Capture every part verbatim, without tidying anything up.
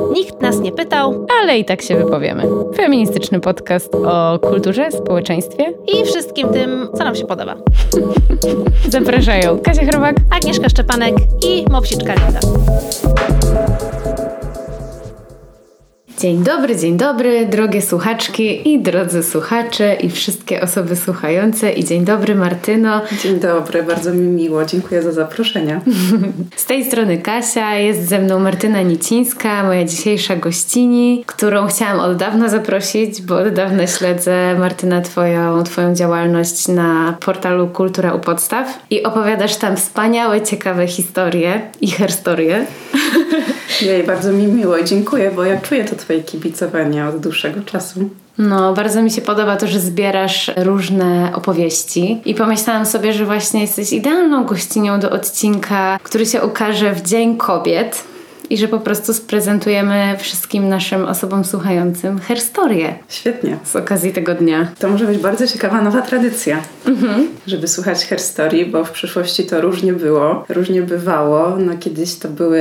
Nikt nas nie pytał, ale i tak się wypowiemy. Feministyczny podcast o kulturze, społeczeństwie i wszystkim tym, co nam się podoba. Zapraszają Kasia Chrobak, Agnieszka Szczepanek i Mopsiczka Linda. Dzień dobry, dzień dobry, drogie słuchaczki i drodzy słuchacze i wszystkie osoby słuchające. I dzień dobry, Martyno. Dzień dobry, bardzo mi miło, dziękuję za zaproszenie. Z tej strony Kasia, jest ze mną Martyna Nicińska, moja dzisiejsza gościni, którą chciałam od dawna zaprosić, bo od dawna śledzę, Martyna, twoją, twoją działalność na portalu Kultura u Podstaw i opowiadasz tam wspaniałe, ciekawe historie i herstorie. Jej, bardzo mi miło i dziękuję, bo ja czuję to twoje kibicowanie od dłuższego czasu. No, bardzo mi się podoba to, że zbierasz różne opowieści i pomyślałam sobie, że właśnie jesteś idealną gościnią do odcinka, który się ukaże w Dzień Kobiet i że po prostu sprezentujemy wszystkim naszym osobom słuchającym herstorię. Świetnie. Z okazji tego dnia. To może być bardzo ciekawa nowa tradycja, mhm. żeby słuchać herstorii, bo w przyszłości to różnie było, różnie bywało. No kiedyś to były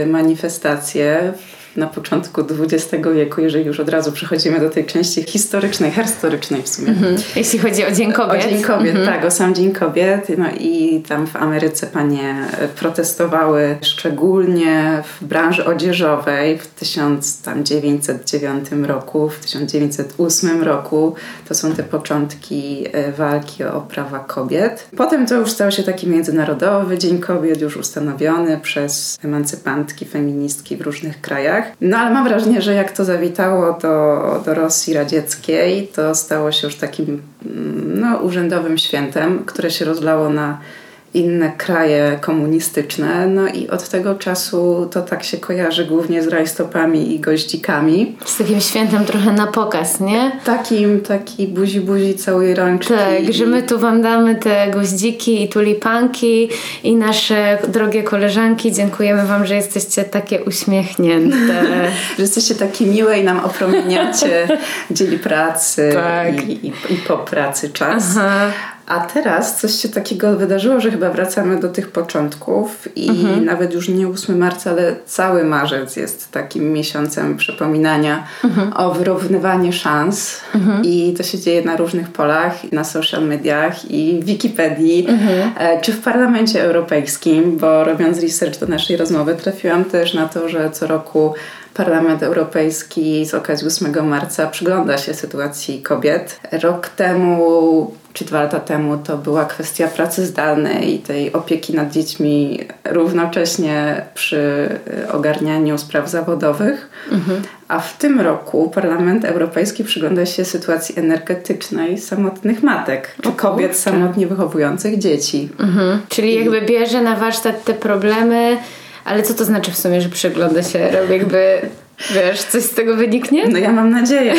manifestacje na początku dwudziestego wieku, jeżeli już od razu przechodzimy do tej części historycznej, herstorycznej w sumie. Mhm. Jeśli chodzi o Dzień Kobiet. O Dzień Kobiet, mhm. tak, o sam Dzień Kobiet. No i tam w Ameryce panie protestowały szczególnie w branży odzieżowej w tysiąc dziewięćset dziewiątym roku, w tysiąc dziewięćset ósmym roku. To są te początki walki o prawa kobiet. Potem to już stał się taki międzynarodowy Dzień Kobiet, już ustanowiony przez emancypantki, feministki w różnych krajach. No ale mam wrażenie, że jak to zawitało do, do Rosji radzieckiej, to stało się już takim no, urzędowym świętem, które się rozlało na inne kraje komunistyczne. No i od tego czasu to tak się kojarzy głównie z rajstopami i goździkami. Z takim świętem trochę na pokaz, nie? Takim, taki buzi buzi całej rączki. Tak, że my tu wam damy te goździki i tulipanki i nasze drogie koleżanki, dziękujemy wam, że jesteście takie uśmiechnięte. Że jesteście takie miłe i nam opromieniacie dzień pracy tak. i, i, i po pracy czas. Aha. A teraz coś się takiego wydarzyło, że chyba wracamy do tych początków i mhm. nawet już nie ósmego marca, ale cały marzec jest takim miesiącem przypominania mhm. o wyrównywaniu szans mhm. i to się dzieje na różnych polach, na social mediach i w Wikipedii, mhm. czy w Parlamencie Europejskim, bo robiąc research do naszej rozmowy trafiłam też na to, że co roku Parlament Europejski z okazji ósmego marca przygląda się sytuacji kobiet. Rok temu czy dwa lata temu to była kwestia pracy zdalnej i tej opieki nad dziećmi równocześnie przy ogarnianiu spraw zawodowych. Mhm. A w tym roku Parlament Europejski przygląda się sytuacji energetycznej samotnych matek, czy kobiet samotnie wychowujących dzieci. Mhm. Czyli jakby bierze na warsztat te problemy. Ale co to znaczy w sumie, że przygląda się, robi jakby, wiesz, coś z tego wyniknie? No ja mam nadzieję.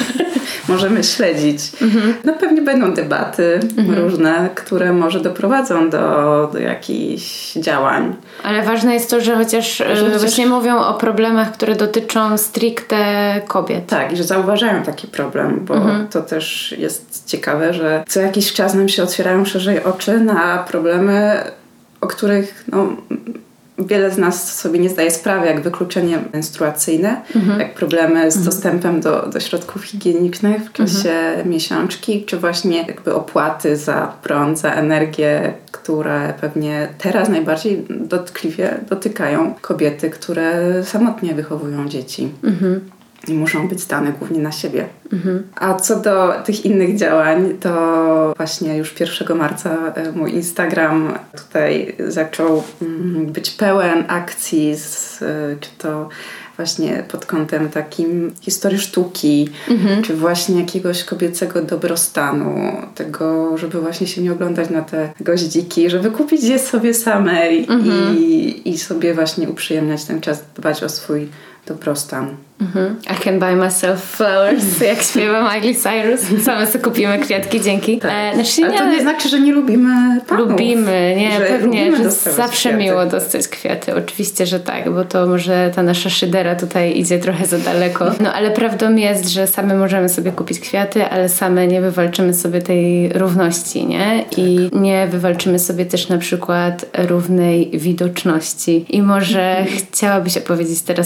Możemy śledzić. Mhm. No pewnie będą debaty mhm. różne, które może doprowadzą do, do jakichś działań. Ale ważne jest to, że chociaż, że chociaż właśnie mówią o problemach, które dotyczą stricte kobiet. Tak, i że zauważają taki problem, bo mhm. to też jest ciekawe, że co jakiś czas nam się otwierają szerzej oczy na problemy, o których no wiele z nas sobie nie zdaje sprawy, jak wykluczenie menstruacyjne, mhm. jak problemy z dostępem do, do środków higienicznych w czasie mhm. miesiączki, czy właśnie jakby opłaty za prąd, za energię, które pewnie teraz najbardziej dotkliwie dotykają kobiety, które samotnie wychowują dzieci. Mhm. I muszą być zdane głównie na siebie. Mhm. A co do tych innych działań, to właśnie już pierwszego marca mój Instagram tutaj zaczął być pełen akcji, z, czy to właśnie pod kątem takim historii sztuki, mhm. czy właśnie jakiegoś kobiecego dobrostanu, tego, żeby właśnie się nie oglądać na te goździki, żeby kupić je sobie samej mhm. i, i sobie właśnie uprzyjemniać ten czas, dbać o swój dobrostan. Mhm. I can buy myself flowers, jak śpiewa Miley Cyrus. Same sobie kupimy kwiatki, dzięki. Tak. E, znaczy, Ale to nie znaczy, że nie lubimy panów. Lubimy, nie, że pewnie, lubimy że zawsze kwiaty. Miło dostać kwiaty. Oczywiście, że tak, bo to może ta nasza szydera tutaj idzie trochę za daleko. No ale prawdą jest, że same możemy sobie kupić kwiaty, ale same nie wywalczymy sobie tej równości, nie? Tak. I nie wywalczymy sobie też na przykład równej widoczności. I może mhm. chciałabyś opowiedzieć teraz o tej akcji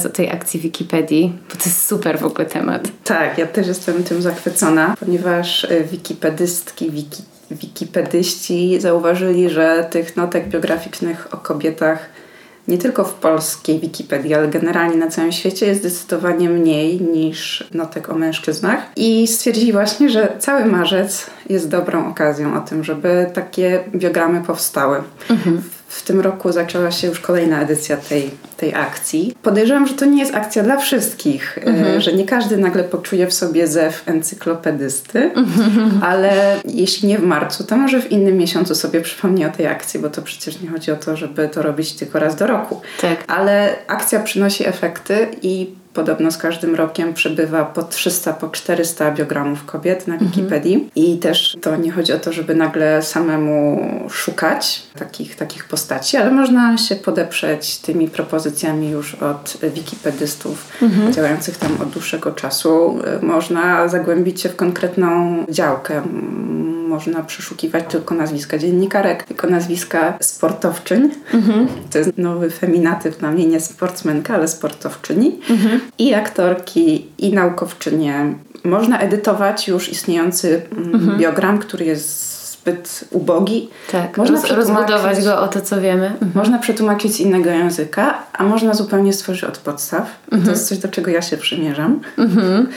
akcji Wikipedii, bo to jest super w ogóle temat. Tak, ja też jestem tym zachwycona, ponieważ wikipedystki, wiki, wikipedyści zauważyli, że tych notek biograficznych o kobietach nie tylko w polskiej Wikipedii, ale generalnie na całym świecie jest zdecydowanie mniej niż notek o mężczyznach. I stwierdzili właśnie, że cały marzec jest dobrą okazją o tym, żeby takie biogramy powstały. Mhm. W tym roku zaczęła się już kolejna edycja tej, tej akcji. Podejrzewam, że to nie jest akcja dla wszystkich, mhm. że nie każdy nagle poczuje w sobie zew encyklopedysty, mhm. ale jeśli nie w marcu, to może w innym miesiącu sobie przypomni o tej akcji, bo to przecież nie chodzi o to, żeby to robić tylko raz do roku. Tak. Ale akcja przynosi efekty i podobno z każdym rokiem przybywa po trzysta, po czterysta biogramów kobiet na Wikipedii. Mhm. I też to nie chodzi o to, żeby nagle samemu szukać takich, takich postaci, ale można się podeprzeć tymi propozycjami już od wikipedystów mhm. działających tam od dłuższego czasu. Można zagłębić się w konkretną działkę. Można przeszukiwać tylko nazwiska dziennikarek, tylko nazwiska sportowczyń. Mhm. To jest nowy feminatyw dla mnie, nie sportsmenka, ale sportowczyni. Mhm. I aktorki, i naukowczynie. Można edytować już istniejący mhm. biogram, który jest zbyt ubogi. Tak, można roz, rozbudować go o to, co wiemy. Mhm. Można przetłumaczyć z innego języka, a można zupełnie stworzyć od podstaw. Mhm. To jest coś, do czego ja się przymierzam. Mhm.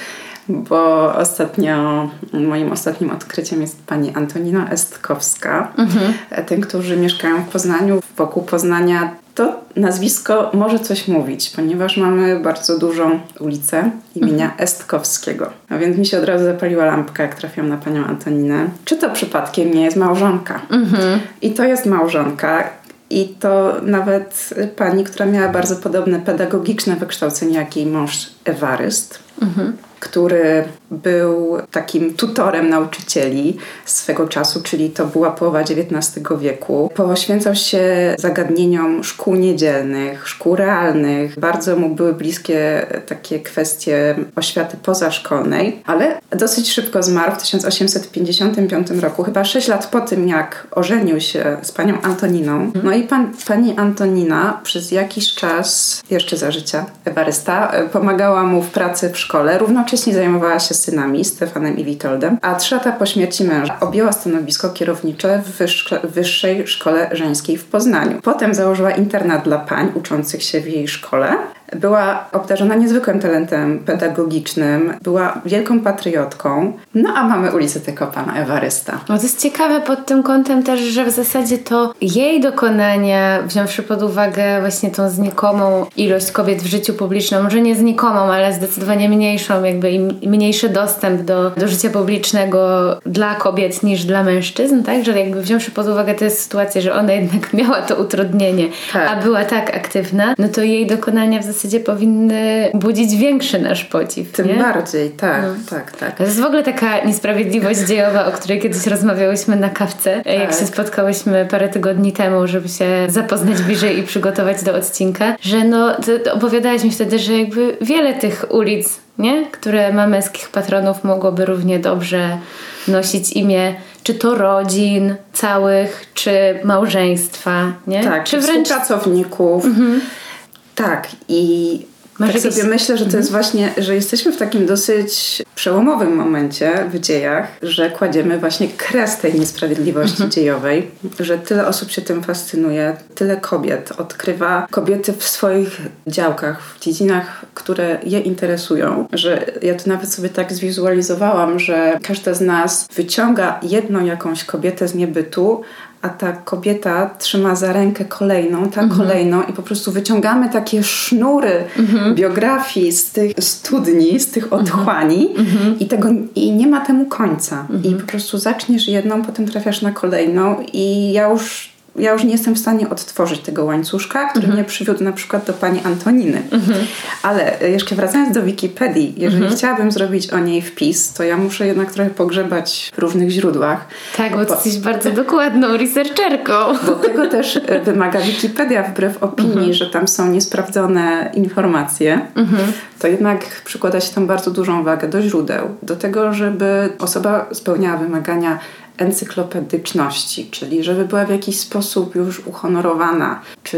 Bo ostatnio, moim ostatnim odkryciem jest pani Antonina Estkowska. Mhm. Tym, którzy mieszkają w Poznaniu, wokół Poznania, to nazwisko może coś mówić, ponieważ mamy bardzo dużą ulicę imienia mhm. Estkowskiego. A więc mi się od razu zapaliła lampka, jak trafiłam na panią Antoninę. Czy to przypadkiem nie jest małżonka? Mhm. I to jest małżonka. I to nawet pani, która miała bardzo podobne pedagogiczne wykształcenie jak jej mąż Ewaryst, mhm. który był takim tutorem nauczycieli swego czasu, czyli to była połowa dziewiętnastego wieku. Poświęcał się zagadnieniom szkół niedzielnych, szkół realnych. Bardzo mu były bliskie takie kwestie oświaty pozaszkolnej, ale dosyć szybko zmarł w tysiąc osiemset pięćdziesiątym piątym roku, chyba sześć lat po tym, jak ożenił się z panią Antoniną. No i pan, pani Antonina przez jakiś czas, jeszcze za życia Ewarysta, pomagała mu w pracy w szkole. Równocześnie zajmowała się synami, Stefanem i Witoldem, a trzy lata po śmierci męża objęła stanowisko kierownicze w wyższe, Wyższej Szkole Żeńskiej w Poznaniu. Potem założyła internat dla pań uczących się w jej szkole. Była obdarzona niezwykłym talentem pedagogicznym, była wielką patriotką. No a mamy ulicę tego pana Ewarysta. No to jest ciekawe pod tym kątem też, że w zasadzie to jej dokonania, wziąwszy pod uwagę właśnie tą znikomą ilość kobiet w życiu publicznym, może nie znikomą, ale zdecydowanie mniejszą, jakby i mniejszy dostęp do, do życia publicznego dla kobiet niż dla mężczyzn, tak? Że jakby wziąwszy pod uwagę tę sytuację, że ona jednak miała to utrudnienie, tak. a była tak aktywna, no to jej dokonania w zasadzie powinny budzić większy nasz podziw. Tym nie? bardziej, tak, no. tak, tak. To jest w ogóle taka niesprawiedliwość dziejowa, o której kiedyś rozmawiałyśmy na kawce, tak. jak się spotkałyśmy parę tygodni temu, żeby się zapoznać bliżej i przygotować do odcinka, że no, to, to opowiadałaś mi wtedy, że jakby wiele tych ulic, nie? które ma męskich patronów, mogłoby równie dobrze nosić imię czy to rodzin całych, czy małżeństwa, nie? Tak, czy wręcz współpracowników. Mhm. Tak, i Masz tak jakieś... sobie myślę, że to jest właśnie, że jesteśmy w takim dosyć przełomowym momencie w dziejach, że kładziemy właśnie kres tej niesprawiedliwości mhm. dziejowej, że tyle osób się tym fascynuje, tyle kobiet odkrywa kobiety w swoich działkach, w dziedzinach, które je interesują, że ja to nawet sobie tak zwizualizowałam, że każda z nas wyciąga jedną jakąś kobietę z niebytu, a ta kobieta trzyma za rękę kolejną, ta mhm. kolejną i po prostu wyciągamy takie sznury mhm. biografii z tych studni, z tych otchłani mhm. i, tego, i nie ma temu końca. Mhm. I po prostu zaczniesz jedną, potem trafiasz na kolejną i ja już Ja już nie jestem w stanie odtworzyć tego łańcuszka, który mhm. mnie przywiódł na przykład do pani Antoniny. Mhm. Ale jeszcze wracając do Wikipedii, jeżeli mhm. chciałabym zrobić o niej wpis, to ja muszę jednak trochę pogrzebać w różnych źródłach. Tak, bo, bo ty jesteś bardzo dokładną researcherką. Bo tego też wymaga Wikipedia, wbrew opinii, mhm. że tam są niesprawdzone informacje. Mhm. To jednak przykłada się tam bardzo dużą wagę do źródeł. Do tego, żeby osoba spełniała wymagania encyklopedyczności, czyli żeby była w jakiś sposób już uhonorowana, czy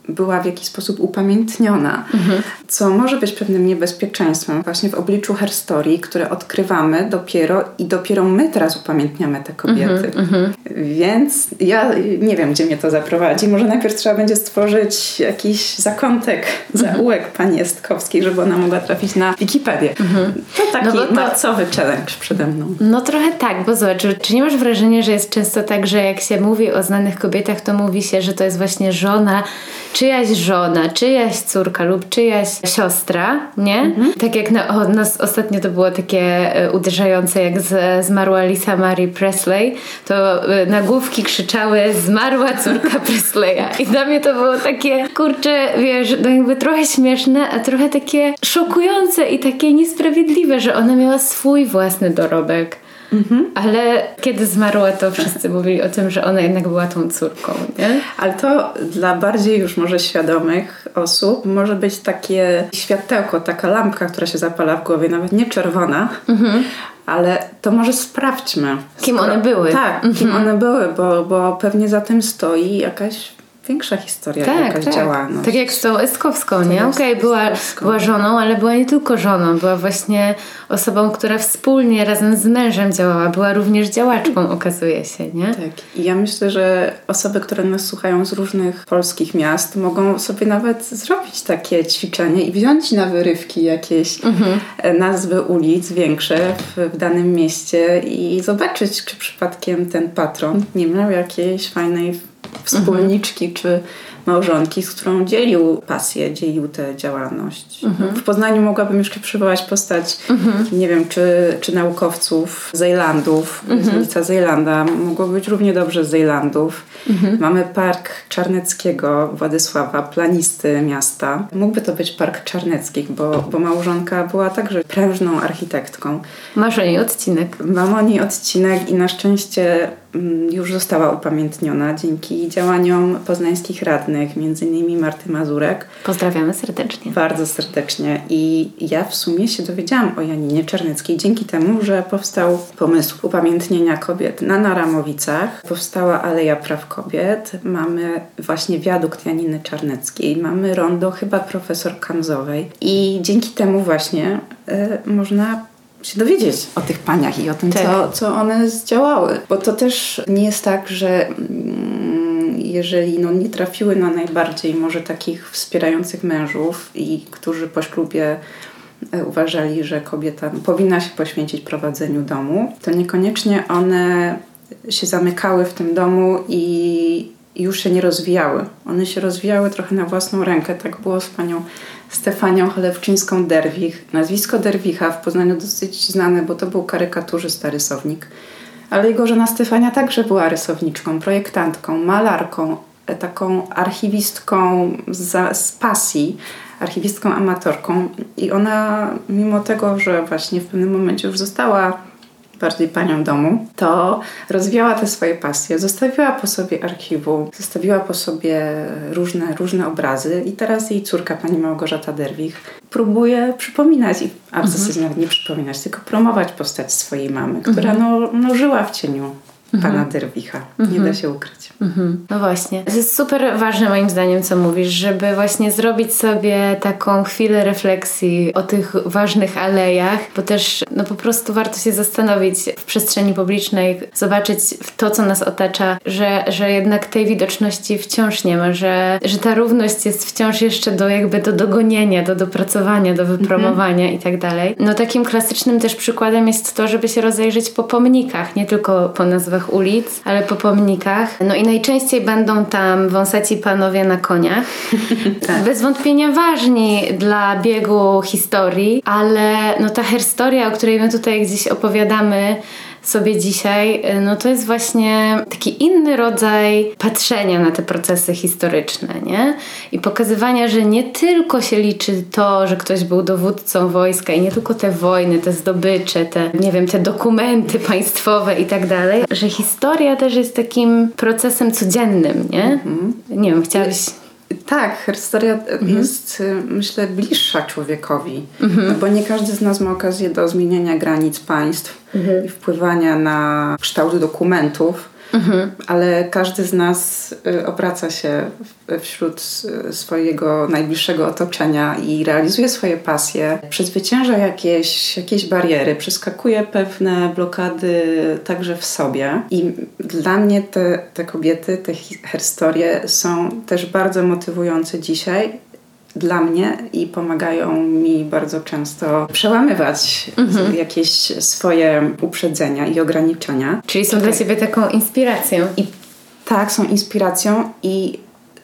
była w jakiś sposób upamiętniona, mhm. co może być pewnym niebezpieczeństwem właśnie w obliczu herstorii, które odkrywamy dopiero i dopiero my teraz upamiętniamy te kobiety. Mhm. Więc ja nie wiem, gdzie mnie to zaprowadzi. Może najpierw trzeba będzie stworzyć jakiś zakątek, mhm. zaułek pani Jestkowskiej, żeby ona mogła trafić na Wikipedię. Mhm. To taki no to... marcowy challenge przede mną. No trochę tak, bo zobacz, czy nie masz wrażenia, że jest często tak, że jak się mówi o znanych kobietach, to mówi się, że to jest właśnie żona, czyjaś żona, czyjaś córka lub czyjaś siostra, nie? Mhm. Tak jak na, o, nas ostatnio to było takie e, uderzające, jak z, zmarła Lisa Marie Presley, to e, nagłówki krzyczały: zmarła córka Presleya. I dla mnie to było takie, kurczę, wiesz, no jakby trochę śmieszne, a trochę takie szokujące i takie niesprawiedliwe, że ona miała swój własny dorobek. Mhm. Ale kiedy zmarła, to wszyscy mówili o tym, że ona jednak była tą córką, nie? Ale to dla bardziej już może świadomych osób może być takie światełko, taka lampka, która się zapala w głowie, nawet nie czerwona, mhm. ale to może sprawdźmy. Kim Skoro... one były. Tak, mhm. kim one były, bo, bo pewnie za tym stoi jakaś większa historia, tak, jakaś tak. działalność. Tak jak z tą Jestkowską, nie? Okej, okay, była, była żoną, ale była nie tylko żoną, była właśnie osobą, która wspólnie razem z mężem działała, była również działaczką, okazuje się, nie? Tak. I ja myślę, że osoby, które nas słuchają z różnych polskich miast, mogą sobie nawet zrobić takie ćwiczenie i wziąć na wyrywki jakieś mhm. nazwy ulic większe w, w danym mieście i zobaczyć, czy przypadkiem ten patron nie miał jakiejś fajnej wspólniczki mhm. czy małżonki, z którą dzielił pasję, dzielił tę działalność. Mhm. W Poznaniu mogłabym jeszcze przywołać postać, mhm. nie wiem, czy, czy naukowców Zejlandów, mhm. z ulica Zejlanda, mogło być równie dobrze z Zejlandów. Mhm. Mamy Park Czarneckiego, Władysława, planisty miasta. Mógłby to być Park Czarneckich, bo, bo małżonka była także prężną architektką. Masz o niej odcinek. Mam o niej odcinek i na szczęście już została upamiętniona dzięki działaniom poznańskich radnych, między innymi Marty Mazurek. Pozdrawiamy serdecznie. Bardzo serdecznie. I ja w sumie się dowiedziałam o Janinie Czarneckiej dzięki temu, że powstał pomysł upamiętnienia kobiet na Naramowicach. Powstała Aleja Praw Kobiet. Mamy właśnie wiadukt Janiny Czarneckiej. Mamy rondo chyba profesor Kamzowej. I dzięki temu właśnie y, można się dowiedzieć o tych paniach i o tym, tak. co, co one zdziałały. Bo to też nie jest tak, że mm, jeżeli no, nie trafiły na najbardziej może takich wspierających mężów i którzy po ślubie e, uważali, że kobieta no, powinna się poświęcić prowadzeniu domu, to niekoniecznie one się zamykały w tym domu i już się nie rozwijały. One się rozwijały trochę na własną rękę. Tak było z panią Stefanią Chlewczyńską-Derwich. Nazwisko Derwicha w Poznaniu dosyć znane, bo to był karykaturzysta, rysownik. Ale jego żona Stefania także była rysowniczką, projektantką, malarką, taką archiwistką z, z pasji, archiwistką amatorką. I ona, mimo tego, że właśnie w pewnym momencie już została bardziej panią domu, to rozwijała te swoje pasje, zostawiła po sobie archiwum, zostawiła po sobie różne, różne obrazy i teraz jej córka, pani Małgorzata Derwich, próbuje przypominać, a w zasadzie nawet nie przypominać, tylko promować postać swojej mamy, która no, no żyła w cieniu pana mhm. Derwicha. Mhm. Nie da się ukryć. Mhm. No właśnie. To jest super ważne moim zdaniem, co mówisz, żeby właśnie zrobić sobie taką chwilę refleksji o tych ważnych alejach, bo też no po prostu warto się zastanowić w przestrzeni publicznej, zobaczyć w to, co nas otacza, że, że jednak tej widoczności wciąż nie ma, że, że ta równość jest wciąż jeszcze do jakby do dogonienia, do dopracowania, do wypromowania mhm. i tak dalej. No takim klasycznym też przykładem jest to, żeby się rozejrzeć po pomnikach, nie tylko po nazwach ulic, ale po pomnikach. No i najczęściej będą tam wąsaci panowie na koniach. Tak. Bez wątpienia ważni dla biegu historii, ale no ta historia, o której my tutaj gdzieś opowiadamy sobie dzisiaj, no to jest właśnie taki inny rodzaj patrzenia na te procesy historyczne, nie? I pokazywania, że nie tylko się liczy to, że ktoś był dowódcą wojska i nie tylko te wojny, te zdobycze, te, nie wiem, te dokumenty państwowe i tak dalej, że historia też jest takim procesem codziennym, nie? Mhm. Nie wiem, chciałabyś... Tak, historia mhm. jest, myślę, bliższa człowiekowi, mhm. no bo nie każdy z nas ma okazję do zmieniania granic państw mhm. i wpływania na kształt dokumentów. mhm. ale każdy z nas obraca się wśród swojego najbliższego otoczenia i realizuje swoje pasje, przezwycięża jakieś, jakieś bariery, przeskakuje pewne blokady także w sobie. I dla mnie te, te kobiety, te historie są też bardzo motywujące dzisiaj dla mnie i pomagają mi bardzo często przełamywać mhm. jakieś swoje uprzedzenia i ograniczenia. Czyli są dla Ciebie taką inspiracją. I tak, są inspiracją i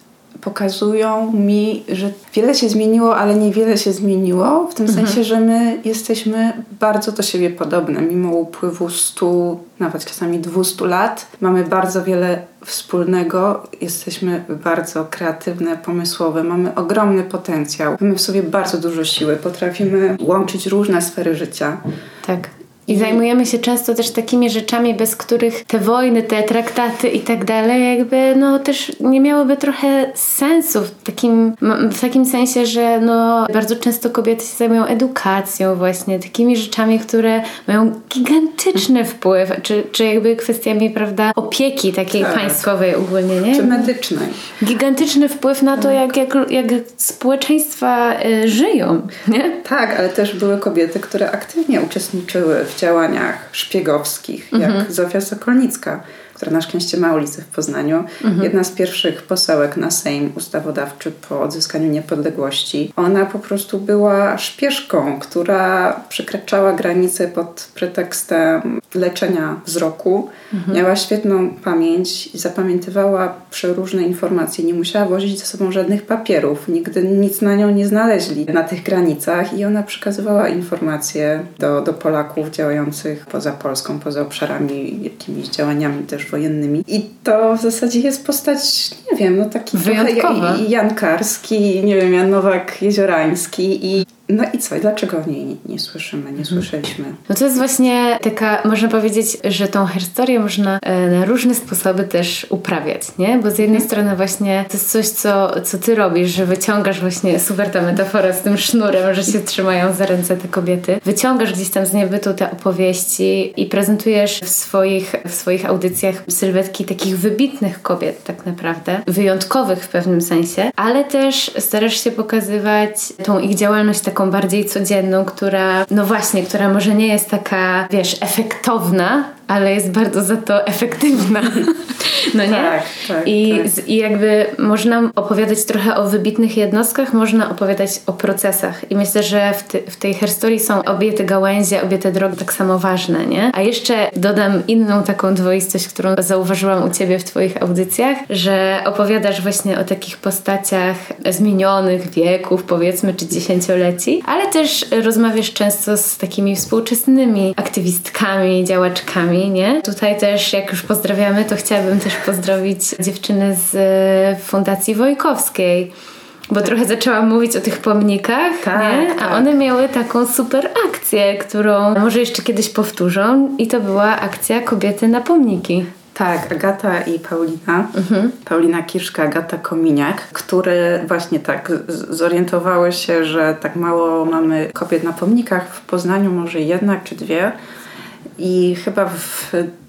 pokazują mi, że wiele się zmieniło, ale niewiele się zmieniło, w tym mhm. sensie, że my jesteśmy bardzo do siebie podobne. Mimo upływu stu, nawet czasami dwustu lat, mamy bardzo wiele wspólnego, jesteśmy bardzo kreatywne, pomysłowe, mamy ogromny potencjał, mamy w sobie bardzo dużo siły, potrafimy łączyć różne sfery życia. Tak. I zajmujemy się często też takimi rzeczami, bez których te wojny, te traktaty i tak dalej jakby no też nie miałyby trochę sensu w takim, w takim sensie, że no bardzo często kobiety się zajmują edukacją właśnie, takimi rzeczami, które mają gigantyczny wpływ, czy, czy jakby kwestiami, prawda, opieki takiej tak. państwowej ogólnie, nie? Czy medycznej. Gigantyczny wpływ na to, jak, jak, jak społeczeństwa y, żyją, nie? Tak, ale też były kobiety, które aktywnie uczestniczyły w działaniach szpiegowskich, jak mhm. Zofia Sokolnicka, która na szczęście ma ulicę w Poznaniu. Mhm. Jedna z pierwszych posełek na Sejm Ustawodawczy po odzyskaniu niepodległości. Ona po prostu była szpieszką, która przekraczała granice pod pretekstem leczenia wzroku. Mhm. Miała świetną pamięć i zapamiętywała przeróżne informacje. Nie musiała wozić ze sobą żadnych papierów. Nigdy nic na nią nie znaleźli na tych granicach i ona przekazywała informacje do, do Polaków działających poza Polską, poza obszarami, jakimiś działaniami też wojennymi. I to w zasadzie jest postać, nie wiem, no taki wyjątkowa. trochę Jan Karski, nie wiem, Jan Nowak-Jeziorański i no i co? I dlaczego o niej nie, nie słyszymy, nie słyszeliśmy? No to jest właśnie taka, można powiedzieć, że tą historię można e, na różne sposoby też uprawiać, nie? Bo z jednej hmm. strony właśnie to jest coś, co, co ty robisz, że wyciągasz właśnie, super ta metafora z tym sznurem, że się trzymają za ręce te kobiety. Wyciągasz gdzieś tam z niebytu te opowieści i prezentujesz w swoich, w swoich audycjach sylwetki takich wybitnych kobiet tak naprawdę, wyjątkowych w pewnym sensie, ale też starasz się pokazywać tą ich działalność tak taką bardziej codzienną, która, no właśnie, która może nie jest taka, wiesz, efektowna, ale jest bardzo za to efektywna. No nie? Tak, tak, I, tak. Z, I jakby można opowiadać trochę o wybitnych jednostkach, można opowiadać o procesach. I myślę, że w, ty, w tej historii są obie te gałęzie, obie te drogi tak samo ważne, nie? A jeszcze dodam inną taką dwoistość, którą zauważyłam u ciebie w twoich audycjach, że opowiadasz właśnie o takich postaciach zmienionych wieków, powiedzmy, czy dziesięcioleci, ale też rozmawiasz często z takimi współczesnymi aktywistkami, działaczkami, nie? Tutaj też, jak już pozdrawiamy, to chciałabym też pozdrowić dziewczyny z Fundacji Wojkowskiej, bo trochę zaczęłam mówić o tych pomnikach, tak, nie? A tak. one miały taką super akcję, którą może jeszcze kiedyś powtórzą i to była akcja Kobiety na pomniki. Tak, Agata i Paulina. Mhm. Paulina Kiszka, Agata Kominiak, które właśnie tak zorientowały się, że tak mało mamy kobiet na pomnikach. W Poznaniu może jedna czy dwie. I chyba w,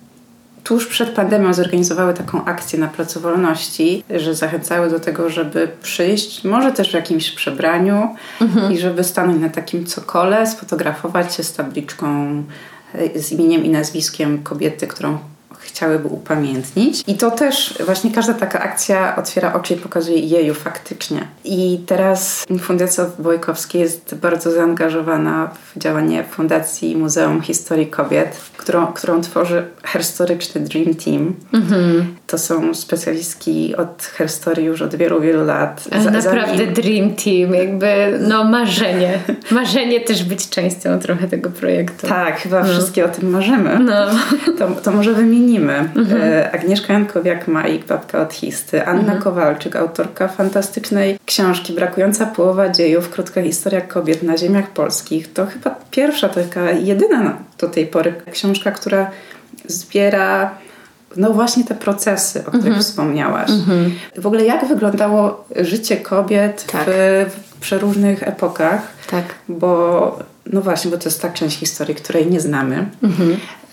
tuż przed pandemią zorganizowały taką akcję na Placu Wolności, że zachęcały do tego, żeby przyjść, może też w jakimś przebraniu mhm. i żeby stanąć na takim cokole, sfotografować się z tabliczką z imieniem i nazwiskiem kobiety, którą chciałyby upamiętnić. I to też właśnie każda taka akcja otwiera oczy i pokazuje jeju faktycznie. I teraz Fundacja Wojkowskiej jest bardzo zaangażowana w działanie Fundacji Muzeum Historii Kobiet, którą, którą tworzy Herstoryczny Dream Team. Mm-hmm. To są specjalistki od herstorii już od wielu, wielu lat. Ale Za, naprawdę zanim... Dream Team, jakby no marzenie. Marzenie też być częścią trochę tego projektu. Tak, chyba no. wszystkie o tym marzymy. No. To, to może wymienimy. Mhm. E, Agnieszka Jankowiak-Majk, babka od Histy, Anna mhm. Kowalczyk, autorka fantastycznej książki Brakująca połowa dziejów, krótka historia kobiet na ziemiach polskich. To chyba pierwsza, taka jedyna do tej pory książka, która zbiera no właśnie te procesy, o których mhm. wspomniałaś. Mhm. W ogóle jak wyglądało życie kobiet tak. w, w przeróżnych epokach. Tak. Bo no właśnie, bo to jest ta część historii, której nie znamy. Mhm.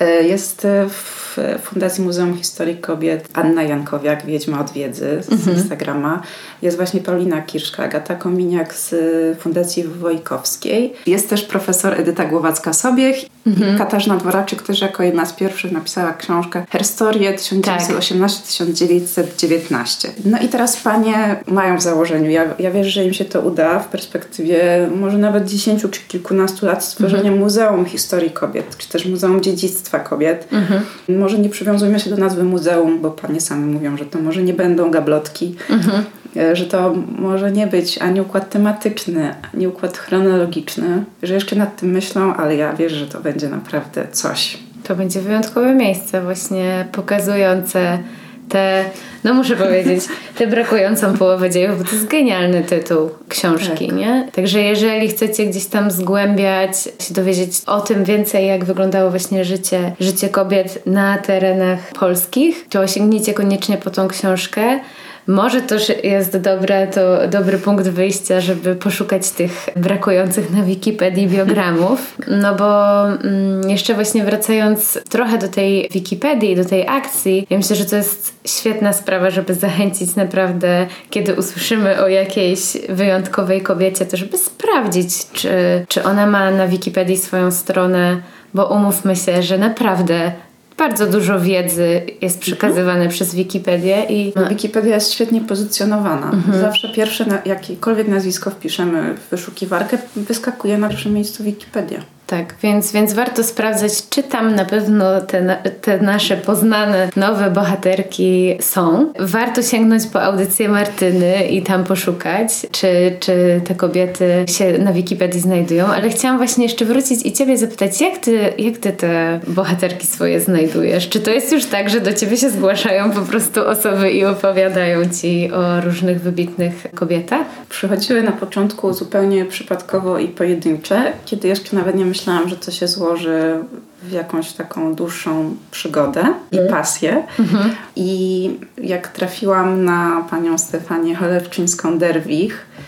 Jest w Fundacji Muzeum Historii Kobiet Anna Jankowiak, Wiedźma od Wiedzy z mhm. Instagrama. Jest właśnie Paulina Kirszka, Agata Kominiak z Fundacji Wojkowskiej. Jest też profesor Edyta Głowacka-Sobiech mhm. i Katarzyna Dworaczyk też jako jedna z pierwszych napisała książkę Herstorię tysiąc dziewięćset osiemnaście do tysiąc dziewięćset dziewiętnaście. No i teraz panie mają w założeniu, ja, ja wierzę, że im się to uda w perspektywie może nawet dziesięciu czy kilkunastu lat stworzenia mhm. Muzeum Historii Kobiet, czy też Muzeum Dziedzictwa Kobiet. Mhm. Może nie przywiązujmy się do nazwy muzeum, bo panie same mówią, że to może nie będą gablotki, mhm. że to może nie być ani układ tematyczny, ani układ chronologiczny, że jeszcze nad tym myślą, ale ja wierzę, że to będzie naprawdę coś. To będzie wyjątkowe miejsce właśnie pokazujące te, no muszę powiedzieć, tę brakującą połowę dziejów, bo to jest genialny tytuł książki, tak. nie? Także jeżeli chcecie gdzieś tam zgłębiać, się dowiedzieć o tym więcej, jak wyglądało właśnie życie, życie kobiet na terenach polskich, to sięgnijcie koniecznie po tą książkę. Może to jest dobre, to dobry punkt wyjścia, żeby poszukać tych brakujących na Wikipedii biogramów. No bo mm, jeszcze właśnie wracając trochę do tej Wikipedii, do tej akcji, ja myślę, że to jest świetna sprawa, żeby zachęcić naprawdę, kiedy usłyszymy o jakiejś wyjątkowej kobiecie, to żeby sprawdzić, czy, czy ona ma na Wikipedii swoją stronę, bo umówmy się, że naprawdę bardzo dużo wiedzy jest przekazywane mhm. przez Wikipedię. I no, Wikipedia jest świetnie pozycjonowana. Mhm. Zawsze pierwsze, na, jakiekolwiek nazwisko wpiszemy w wyszukiwarkę, wyskakuje na pierwszym miejscu Wikipedia. Tak, więc, więc warto sprawdzać, czy tam na pewno te, te nasze poznane nowe bohaterki są. Warto sięgnąć po audycję Martyny i tam poszukać, czy, czy te kobiety się na Wikipedii znajdują. Ale chciałam właśnie jeszcze wrócić i ciebie zapytać, jak ty, jak ty te bohaterki swoje znajdujesz? Czy to jest już tak, że do ciebie się zgłaszają po prostu osoby i opowiadają ci o różnych wybitnych kobietach? Przychodziły na początku zupełnie przypadkowo i pojedyncze, kiedy jeszcze nawet nie myślałam, że to się złoży w jakąś taką dłuższą przygodę i pasję. Mhm. I jak trafiłam na panią Stefanię Cholewczyńską-Derwich,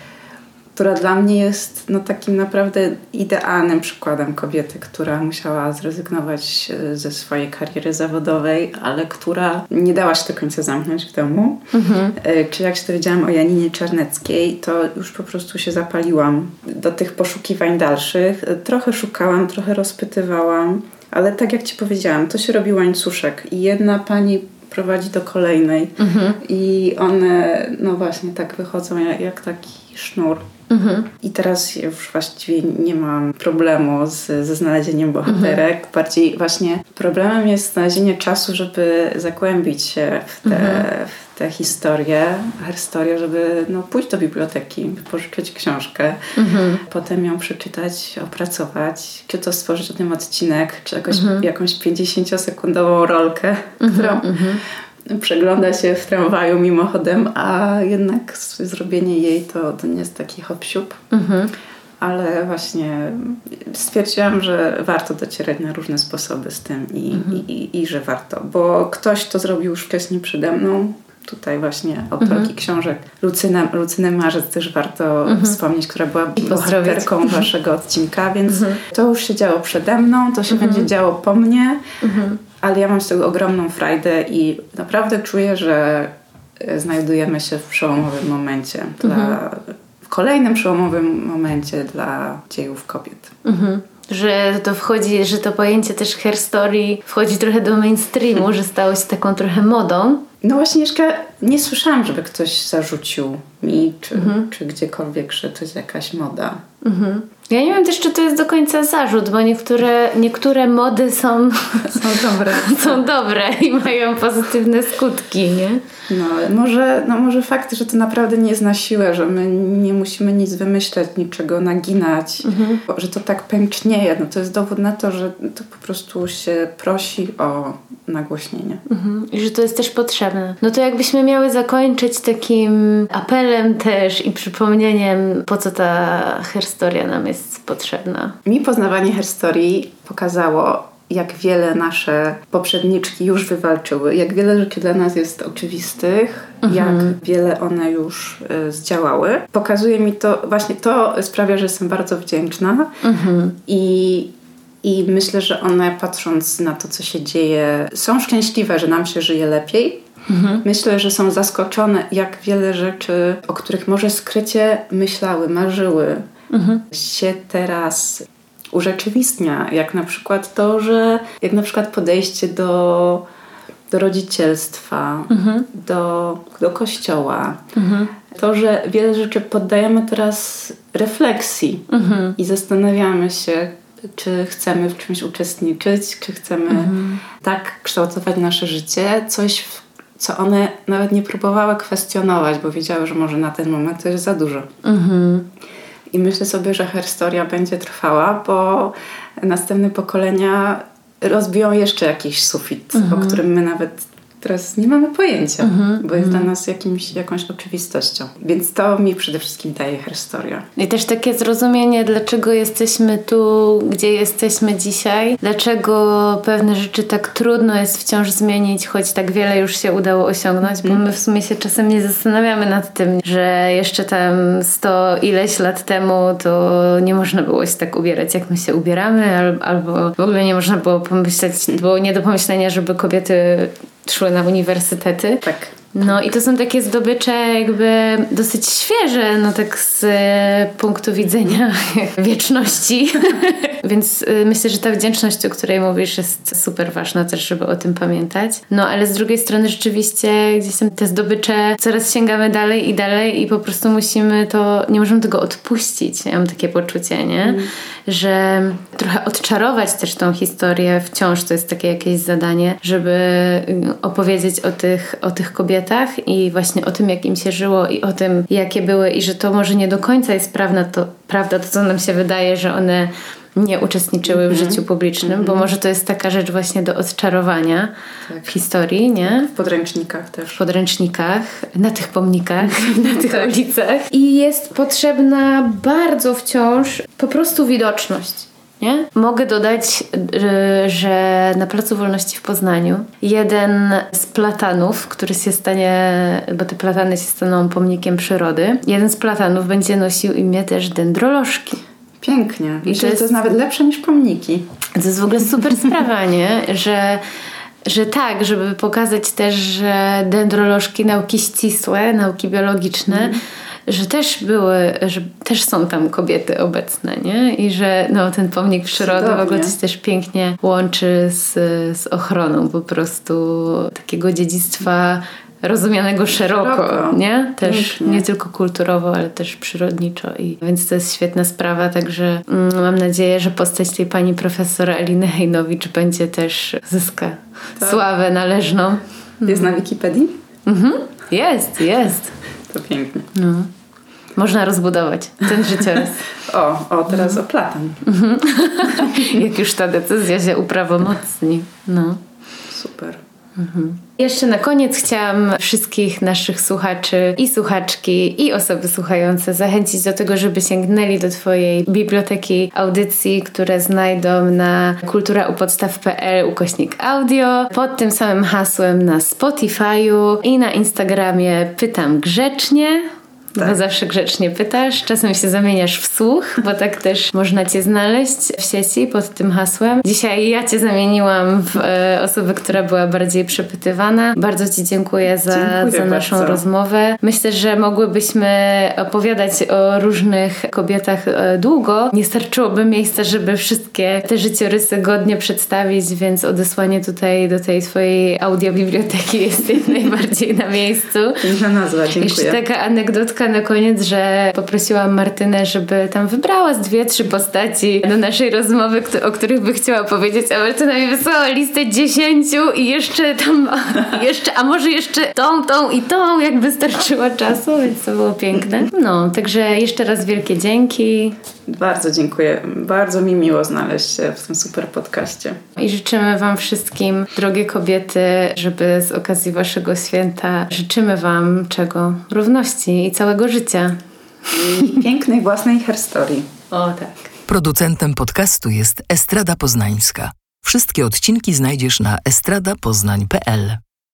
która dla mnie jest no, takim naprawdę idealnym przykładem kobiety, która musiała zrezygnować ze swojej kariery zawodowej, ale która nie dała się do końca zamknąć w domu. Mhm. Czy jak się dowiedziałam o Janinie Czarneckiej, to już po prostu się zapaliłam do tych poszukiwań dalszych. Trochę szukałam, trochę rozpytywałam, ale tak jak ci powiedziałam, to się robi łańcuszek i jedna pani prowadzi do kolejnej mhm. i one no właśnie tak wychodzą jak, jak taki sznur. Mhm. I teraz już właściwie nie mam problemu z, ze znalezieniem bohaterek. Mhm. Bardziej właśnie problemem jest znalezienie czasu, żeby zagłębić się w te, mhm. w te historie, historię, żeby no, pójść do biblioteki, pożyczyć książkę, mhm. potem ją przeczytać, opracować, czy to stworzyć o tym odcinek, czy jakoś, mhm. jakąś pięćdziesięciosekundową rolkę, mhm. którą mhm. przegląda się w tramwaju mimochodem, a jednak zrobienie jej to, to nie jest taki hop-siup. Mhm. Ale właśnie stwierdziłam, że warto docierać na różne sposoby z tym i, mhm. i, i, i że warto, bo ktoś to zrobił już wcześniej przede mną. Tutaj właśnie autorki mhm. książek Lucyna, Lucynę Marzec też warto mhm. wspomnieć, która była bohaterką waszego odcinka, więc mhm. to już się działo przede mną, to się mhm. będzie działo po mnie, mhm. ale ja mam z tego ogromną frajdę i naprawdę czuję, że znajdujemy się w przełomowym momencie, mhm. dla, w kolejnym przełomowym momencie dla dziejów kobiet. Mhm. Że to wchodzi, że to pojęcie też herstory wchodzi trochę do mainstreamu, że stało się taką trochę modą. No właśnie jeszcze nie słyszałam, żeby ktoś zarzucił mi, czy, mhm. czy gdziekolwiek, że to jest jakaś moda. Mhm. Ja nie wiem też, czy to jest do końca zarzut, bo niektóre, niektóre mody są, są dobre. są dobre i mają pozytywne skutki, nie? No, może, no może fakt, że to naprawdę nie jest na siłę, że my nie musimy nic wymyślać, niczego naginać, mhm. że to tak pęcznieje, no to jest dowód na to, że to po prostu się prosi o nagłośnienie. Mhm. I że to jest też potrzebne. No to jakbyśmy miały zakończyć takim apelem też i przypomnieniem, po co ta herstoria nam jest potrzebna. Mi poznawanie herstorii pokazało, jak wiele nasze poprzedniczki już wywalczyły, jak wiele rzeczy dla nas jest oczywistych, mhm. jak wiele one już y, zdziałały. Pokazuje mi to, właśnie to sprawia, że jestem bardzo wdzięczna mhm. i I myślę, że one, patrząc na to, co się dzieje, są szczęśliwe, że nam się żyje lepiej. Mhm. Myślę, że są zaskoczone, jak wiele rzeczy, o których może skrycie myślały, marzyły, mhm. się teraz urzeczywistnia. Jak na przykład to, że jak na przykład podejście do, do rodzicielstwa, mhm. do, do kościoła. Mhm. To, że wiele rzeczy poddajemy teraz refleksji mhm. i zastanawiamy się, czy chcemy w czymś uczestniczyć, czy chcemy mhm. tak kształtować nasze życie, coś, co one nawet nie próbowały kwestionować, bo wiedziały, że może na ten moment to jest za dużo. Mhm. I myślę sobie, że historia będzie trwała, bo następne pokolenia rozbiją jeszcze jakiś sufit, mhm. o którym my nawet teraz nie mamy pojęcia, mm-hmm, bo jest mm. dla nas jakimś, jakąś oczywistością. Więc to mi przede wszystkim daje historia. I też takie zrozumienie, dlaczego jesteśmy tu, gdzie jesteśmy dzisiaj, dlaczego pewne rzeczy tak trudno jest wciąż zmienić, choć tak wiele już się udało osiągnąć, mm. bo my w sumie się czasem nie zastanawiamy nad tym, że jeszcze tam sto ileś lat temu to nie można było się tak ubierać, jak my się ubieramy, al- albo w ogóle nie można było pomyśleć, było nie do pomyślenia, żeby kobiety szły na uniwersytety. Tak. No i to są takie zdobycze jakby dosyć świeże, no tak z e, punktu widzenia wieczności. Więc e, myślę, że ta wdzięczność, o której mówisz, jest super ważna też, żeby o tym pamiętać. No ale z drugiej strony rzeczywiście gdzieś tam te zdobycze coraz sięgamy dalej i dalej i po prostu musimy to, nie możemy tego odpuścić. Ja mam takie poczucie, nie? Mm. Że trochę odczarować też tą historię wciąż, to jest takie jakieś zadanie, żeby opowiedzieć o tych, o tych kobietach i właśnie o tym, jak im się żyło i o tym, jakie były i że to może nie do końca jest prawda, to, prawda, to co nam się wydaje, że one nie uczestniczyły w mm-hmm. życiu publicznym, mm-hmm. bo może to jest taka rzecz właśnie do odczarowania tak. w historii, nie? W podręcznikach też. W podręcznikach, na tych pomnikach, na tych tak. ulicach. I jest potrzebna bardzo wciąż po prostu widoczność. Nie? Mogę dodać, że na Placu Wolności w Poznaniu jeden z platanów, który się stanie, bo te platany się staną pomnikiem przyrody, jeden z platanów będzie nosił imię też dendrolożki. Pięknie. I Myślę, to jest, to jest nawet lepsze niż pomniki. To jest w ogóle super sprawa, nie? Że Że tak, żeby pokazać też, że dendrolożki, nauki ścisłe, nauki biologiczne, mm. że też były, że też są tam kobiety obecne, nie? I że no, ten pomnik przyrody Cudownie. w ogóle to się też pięknie łączy z, z ochroną po prostu takiego dziedzictwa rozumianego szeroko, szeroko. nie? Też Pięknie. nie tylko kulturowo, ale też przyrodniczo. I, więc to jest świetna sprawa, także mm, mam nadzieję, że postać tej pani profesor Aliny Hejnowicz będzie też, zyska tak. sławę należną. Jest na Wikipedii? Mhm. Jest, jest. To pięknie. No. Można rozbudować ten życiorys. o, o, teraz mhm. o platan. Mhm. Jak już ta decyzja się uprawomocni. No. Super. Mhm. Jeszcze na koniec chciałam wszystkich naszych słuchaczy i słuchaczki i osoby słuchające zachęcić do tego, żeby sięgnęli do twojej biblioteki audycji, które znajdą na kulturaupodstaw.pl ukośnik audio pod tym samym hasłem na Spotify'u i na Instagramie Pytam Grzecznie. Tak. Bo zawsze grzecznie pytasz, czasem się zamieniasz w słuch, bo tak też można cię znaleźć w sieci pod tym hasłem. Dzisiaj ja cię zamieniłam w e, osobę, która była bardziej przepytywana. Bardzo ci dziękuję za, dziękuję za naszą bardzo. rozmowę. Myślę, że mogłybyśmy opowiadać o różnych kobietach e, długo. Nie starczyłoby miejsca, żeby wszystkie te życiorysy godnie przedstawić, więc odesłanie tutaj do tej twojej audiobiblioteki jest jak najbardziej na miejscu. Piękna nazwa, dziękuję. Jeszcze taka anegdotka na koniec, że poprosiłam Martynę, żeby tam wybrała z dwie, trzy postaci do naszej rozmowy, o których by chciała powiedzieć, a Martyna mi wysłała listę dziesięciu i jeszcze tam, jeszcze, a może jeszcze tą, tą i tą, jakby starczyło czasu, więc to było piękne. No, także jeszcze raz wielkie dzięki. Bardzo dziękuję. Bardzo mi miło znaleźć się w tym super podcaście. I życzymy wam wszystkim, drogie kobiety, żeby z okazji waszego święta życzymy wam czego? Równości i całego życia. I pięknej własnej historii. O tak. Producentem podcastu jest Estrada Poznańska. Wszystkie odcinki znajdziesz na estrada poznań kropka p l.